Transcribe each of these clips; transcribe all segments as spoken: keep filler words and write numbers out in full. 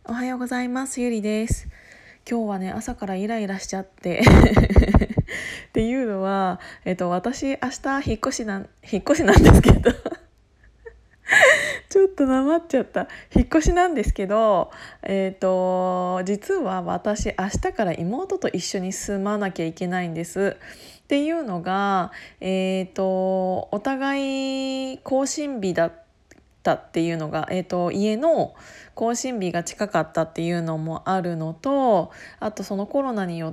おはようございます。ゆりです。今日はね、朝からイライラしちゃってっていうのは、えっと、私明日引っ越しなん引っ越しなんですけどちょっとなまっちゃった引っ越しなんですけど、えっと実は私明日から妹と一緒に住まなきゃいけないんです。っていうのが、えっとお互い更新日だったっていうのが、えっと家の更新日が近かったっていうのもあるのと、あとそのコロナによって、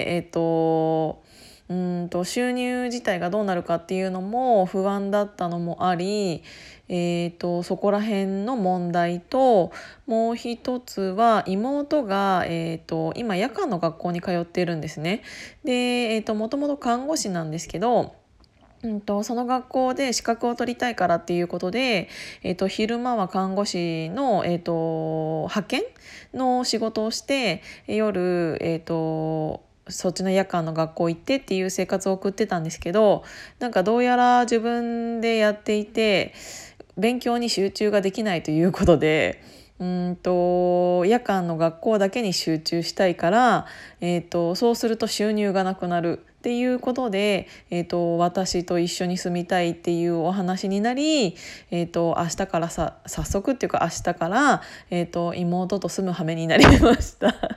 えっとうんと収入自体がどうなるかっていうのも不安だったのもあり、えーと、そこら辺の問題と、もう一つは妹が、えーと、今夜間の学校に通っているんですね。で、えーと、もともと看護師なんですけど、うんと、その学校で資格を取りたいからっていうことで、えーと、昼間は看護師の、えーと、派遣の仕事をして夜、えーとそっちの夜間の学校行ってっていう生活を送ってたんですけど、なんかどうやら自分でやっていて勉強に集中ができないということで、うんと夜間の学校だけに集中したいから、えーとそうすると収入がなくなるっていうことで、えーと私と一緒に住みたいっていうお話になり、えーと明日からさ早速っていうか明日から、えーと妹と住む羽目になりました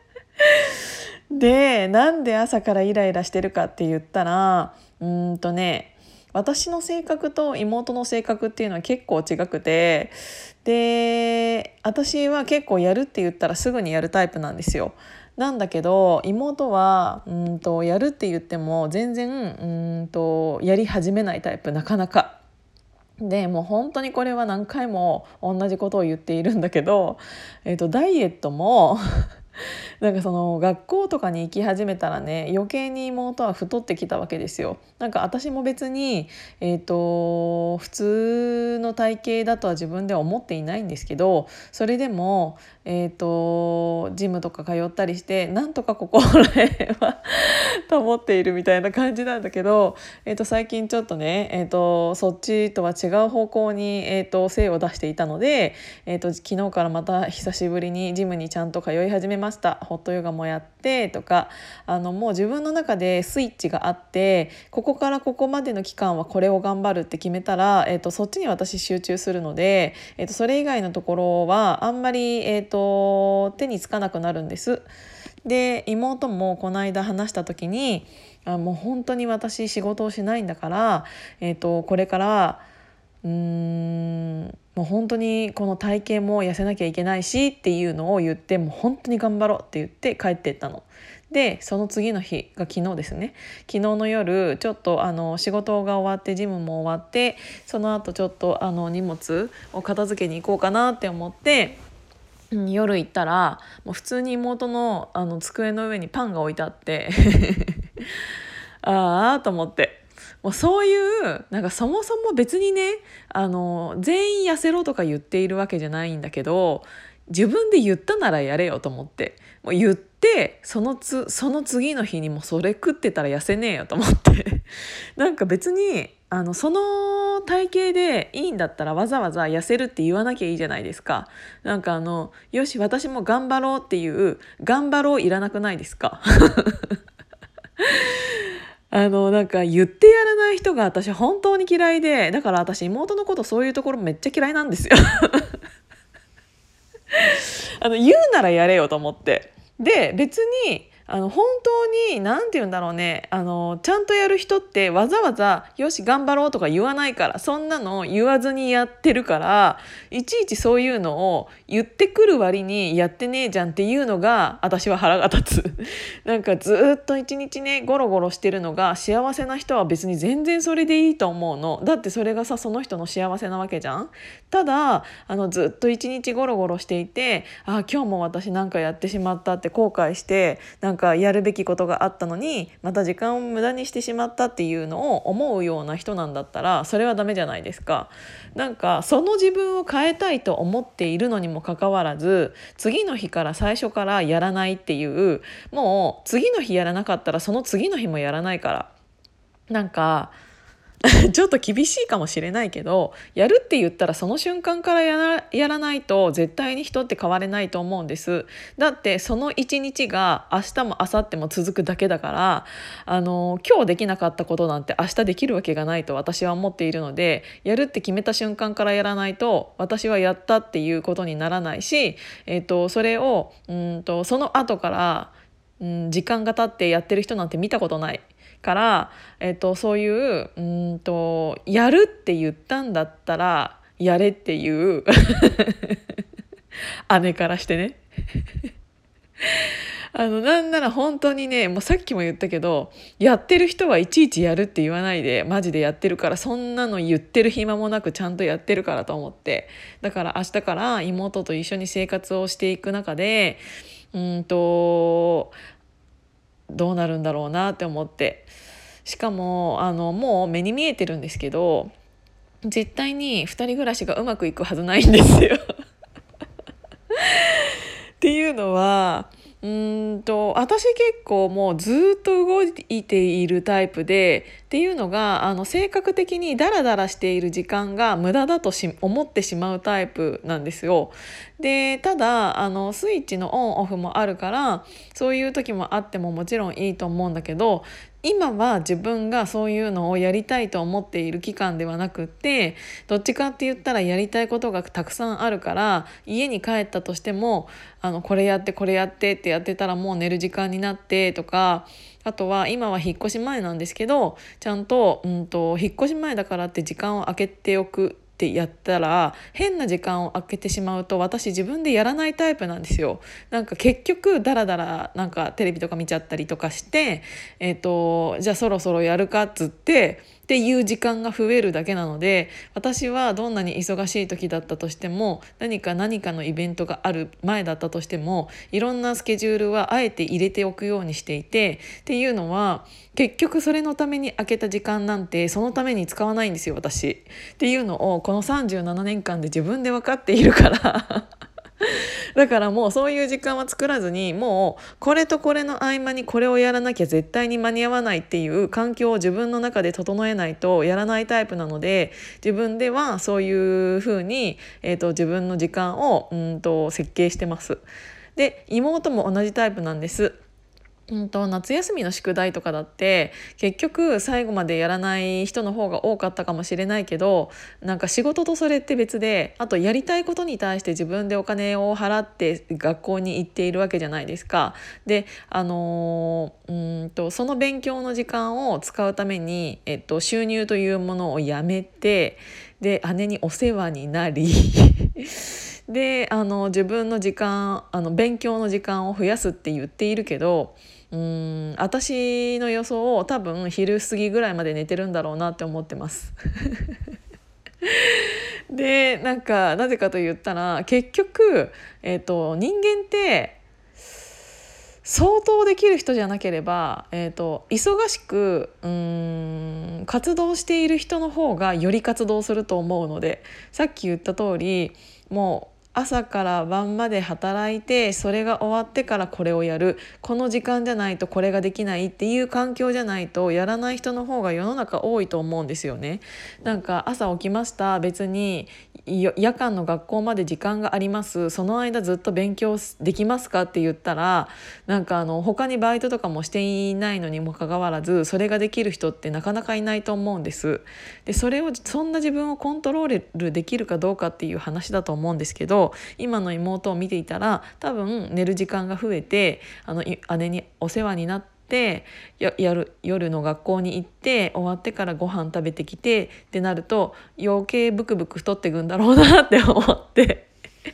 で、なんで朝からイライラしてるかって言ったら、うーんとね私の性格と妹の性格っていうのは結構違くて、で私は結構やるって言ったらすぐにやるタイプなんですよ。なんだけど妹はうんとやるって言っても全然うんとやり始めないタイプ、なかなか。でもう本当にこれは何回も同じことを言っているんだけど、えーと、ダイエットもなんかその学校とかに行き始めたらね、余計に妹は太ってきたわけですよ。なんか私も別に、えーと、普通の体型だとは自分では思っていないんですけど、それでも、えーと、ジムとか通ったりしてなんとかここら辺は保っているみたいな感じなんだけど、えーと、最近ちょっとね、えーと、そっちとは違う方向に、えーと、精を出していたので、えーと、昨日からまた久しぶりにジムにちゃんと通い始めました。ホットヨガもやってとか、あのもう自分の中でスイッチがあって、ここからここまでの期間はこれを頑張るって決めたら、えーと、そっちに私集中するので、えーと、それ以外のところはあんまり、えーと、手につかなくなるんです。で妹もこの間話した時に、あもう本当に私仕事をしないんだから、えーと、これからうーんもう本当にこの体型も痩せなきゃいけないしっていうのを言って、もう本当に頑張ろうって言って帰っていったの。でその次の日が昨日ですね。昨日の夜ちょっとあの仕事が終わってジムも終わって、その後ちょっとあの荷物を片付けに行こうかなって思って、夜行ったらもう普通に妹の、あの机の上にパンが置いてあってああと思って、もうそういうなんかそもそも別にね、あの全員痩せろとか言っているわけじゃないんだけど、自分で言ったならやれよと思って、もう言ってそのつその次の日にもそれ食ってたら痩せねえよと思ってなんか別にあのその体型でいいんだったらわざわざ痩せるって言わなきゃいいじゃないですか。なんかあのよし私も頑張ろうっていう頑張ろういらなくないですかあのなんか言ってやらない人が私本当に嫌いで、だから私妹のことそういうところめっちゃ嫌いなんですよあの言うならやれよと思って。で別にあの本当に何て言うんだろうね、あのちゃんとやる人ってわざわざよし頑張ろうとか言わないから、そんなの言わずにやってるから、いちいちそういうのを言ってくる割にやってねえじゃんっていうのが私は腹が立つなんかずっと一日ねゴロゴロしてるのが幸せな人は別に全然それでいいと思うの。だってそれがさその人の幸せなわけじゃん。ただあのずっと一日ゴロゴロしていて、あ今日も私なんかやってしまったって後悔して、なんかやるべきことがあったのにまた時間を無駄にしてしまったっていうのを思うような人なんだったらそれはダメじゃないですか。なんかその自分を変えたいと思っているのにもかかわらず、次の日から最初からやらないっていう、もう次の日やらなかったらその次の日もやらないから、なんかちょっと厳しいかもしれないけど、やるって言ったらその瞬間からやら、やらないと絶対に人って変われないと思うんです。だってその一日が明日も明後日も続くだけだから、あの今日できなかったことなんて明日できるわけがないと私は思っているので、やるって決めた瞬間からやらないと私はやったっていうことにならないし、えっと、それをうんとその後から、うん、時間が経ってやってる人なんて見たことないから、えっと、そういううんとやるって言ったんだったらやれっていう姉からしてねあのなんなら本当にね、もうさっきも言ったけど、やってる人はいちいちやるって言わないで、マジでやってるから、そんなの言ってる暇もなくちゃんとやってるからと思って、だから明日から妹と一緒に生活をしていく中で、うんとどうなるんだろうなって思って、しかもあのもう目に見えてるんですけど、絶対にふたり暮らしがうまくいくはずないんですよっていうのは、うーんと私結構もうずっと動いているタイプで、っていうのがあの性格的にダラダラしている時間が無駄だとし思ってしまうタイプなんですよ。でただあのスイッチのオンオフもあるから、そういう時もあってももちろんいいと思うんだけど、今は自分がそういうのをやりたいと思っている期間ではなくって、どっちかって言ったらやりたいことがたくさんあるから、家に帰ったとしてもあのこれやってこれやってってやってたらもう寝る時間になってとか、あとは今は引っ越し前なんですけど、ちゃんと、うんと引っ越し前だからって時間を空けておくってやったら、変な時間を空けてしまうと私自分でやらないタイプなんですよ。なんか結局ダラダラなんかテレビとか見ちゃったりとかして、えーと、じゃあそろそろやるかっつってっていう時間が増えるだけなので、私はどんなに忙しい時だったとしても、何か何かのイベントがある前だったとしても、いろんなスケジュールはあえて入れておくようにしていて、っていうのは結局それのために空けた時間なんてそのために使わないんですよ私。っていうのをこのさんじゅうななねんかんで自分で分かっているからだからもうそういう時間は作らずに、もうこれとこれの合間にこれをやらなきゃ絶対に間に合わないっていう環境を自分の中で整えないとやらないタイプなので、自分ではそういうふうに、えーと、自分の時間をうんと設計してます。で妹も同じタイプなんです。うんと夏休みの宿題とかだって結局最後までやらない人の方が多かったかもしれないけど、なんか仕事とそれって別で、あとやりたいことに対して自分でお金を払って学校に行っているわけじゃないですか。で、あのー、うんとその勉強の時間を使うために、えっと、収入というものをやめて、で姉にお世話になりであの自分の時間あの勉強の時間を増やすって言っているけど、うーん私の予想を多分昼過ぎぐらいまで寝てるんだろうなって思ってますでなんかなぜかと言ったら結局、えーと、人間って相当できる人じゃなければ、えーと、忙しくうーん活動している人の方がより活動すると思うので、さっき言った通りもう朝から晩まで働いて、それが終わってからこれをやる、この時間じゃないとこれができないっていう環境じゃないとやらない人の方が世の中多いと思うんですよね。なんか朝起きました、別に夜間の学校まで時間があります、その間ずっと勉強できますかって言ったら、なんかあの他にバイトとかもしていないのにもかかわらずそれができる人ってなかなかいないと思うんです。でそれをそんな自分をコントロールできるかどうかっていう話だと思うんですけど、今の妹を見ていたら多分寝る時間が増えて、あの姉にお世話になってややる夜の学校に行って終わってからご飯食べてきてってなると余計ブクブク太っていくんだろうなって思って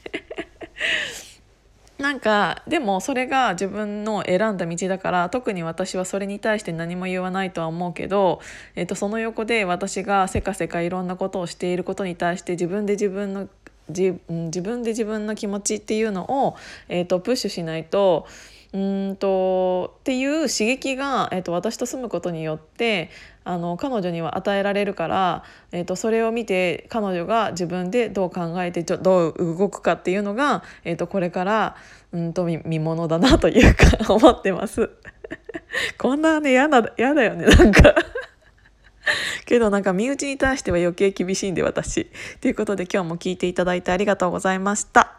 なんかでもそれが自分の選んだ道だから、特に私はそれに対して何も言わないとは思うけど、えっと、その横で私がせかせかいろんなことをしていることに対して自分で自分の自, 自分で自分の気持ちっていうのを、えー、とプッシュしないと、うーんとっていう刺激が、えー、と私と住むことによってあの彼女には与えられるから、えー、とそれを見て彼女が自分でどう考えてちょどう動くかっていうのが、えー、とこれからうんと 見, 見ものだなというか思ってますこんなねやだ、やだよねなんかけどなんか身内に対しては余計厳しいんで私。ということで今日も聞いていただいてありがとうございました。